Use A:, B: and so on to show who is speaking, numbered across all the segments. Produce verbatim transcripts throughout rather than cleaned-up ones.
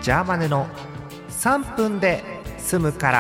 A: ジャーマネのさんぷんで済むから。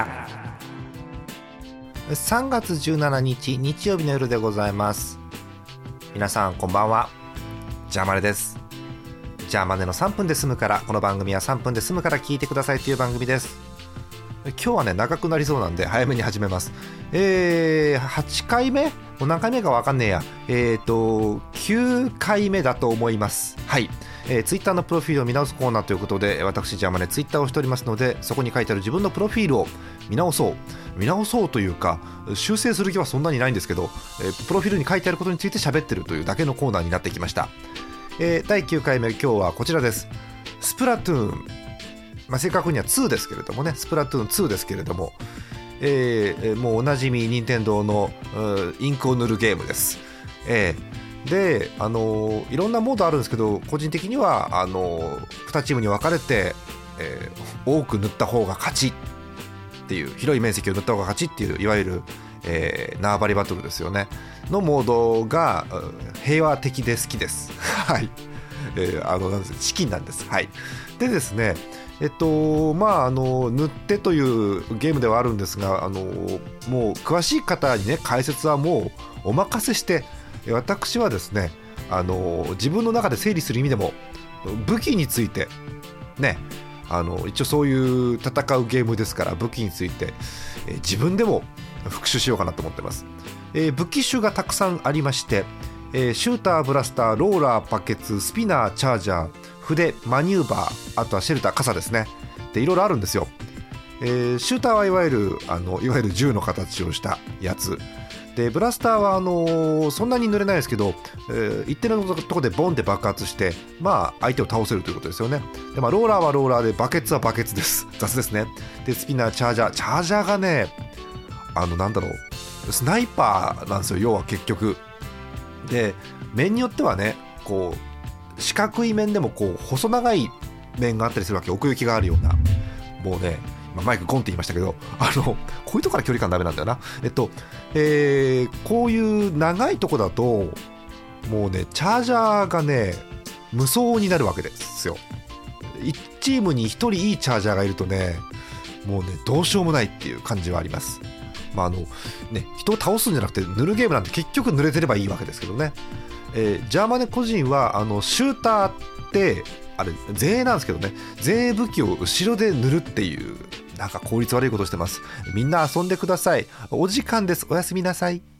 A: さんがつじゅうしちにち日曜日の夜でございます。皆さんこんばんは、ジャーマネです。ジャーマネのさんぷんで済むから、この番組はさんぷんで済むから聞いてくださいという番組です。今日はね長くなりそうなんで早めに始めます。えー、はちかいめ、もう何回目か分かんねえや。えーときゅうかいめだと思います。はい、えー、ツイッターのプロフィールを見直すコーナーということで、私ジャーマネツイッターをしておりますので、そこに書いてある自分のプロフィールを見直そう見直そうというか修正する気はそんなにないんですけど、えー、プロフィールに書いてあることについて喋ってるというだけのコーナーになってきました。えー、だいきゅうかいめ、今日はこちらです。スプラトゥーン、まあ、正確にはにですけれどもね、スプラトゥーンにですけれども、えー、もうおなじみ任天堂のインクを塗るゲームです。えー、で、あのー、いろんなモードあるんですけど、個人的にはあのー、にチームに分かれて、えー、多く塗った方が勝ちっていう、広い面積を塗った方が勝ちっていう、いわゆる、えー、縄張りバトルですよねのモードが平和的で好きです。はい、えー、あのなんですチキンなんです。はい、でですね、えっとまあ、あの塗ってというゲームではあるんですが、あのもう詳しい方にね解説はもうお任せして、私はですね、あの自分の中で整理する意味でも武器についてね、あの一応そういう戦うゲームですから、武器について、えー、自分でも復習しようかなと思ってます。えー、武器種がたくさんありまして、えー、シューター、ブラスター、ローラー、バケツ、スピナー、チャージャー、筆、マニューバー、あとはシェルター、傘ですね。でいろいろあるんですよ。えー、シューターはいわゆるあのいわゆる銃の形をしたやつで、ブラスターはあのー、そんなに濡れないですけど、えー、一定のところでボンって爆発して、まあ、相手を倒せるということですよね。で、まあ、ローラーはローラーで、バケツはバケツです。雑ですね。でスピナー、チャージャーチャージャーがね、あのなんだろう、スナイパーなんですよ、要は結局。で面によってはね、こう四角い面でもこう細長い面があったりするわけ、奥行きがあるような。もうね、マイクゴンって言いましたけど、あのこういうとこから距離感ダメなんだよな。えっと、えー、こういう長いとこだともうね、チャージャーがね無双になるわけですよ。いちチームにひとりいいチャージャーがいるとね、もうねどうしようもないっていう感じはあります。まああのね、人を倒すんじゃなくて塗るゲームなんて結局塗れてればいいわけですけどね。えー、ジャーマネ個人はあのシューターってあれ前衛なんですけどね、前衛武器を後ろで塗るっていう、なんか効率悪いことしてます。みんな遊んでください。お時間です。おやすみなさい。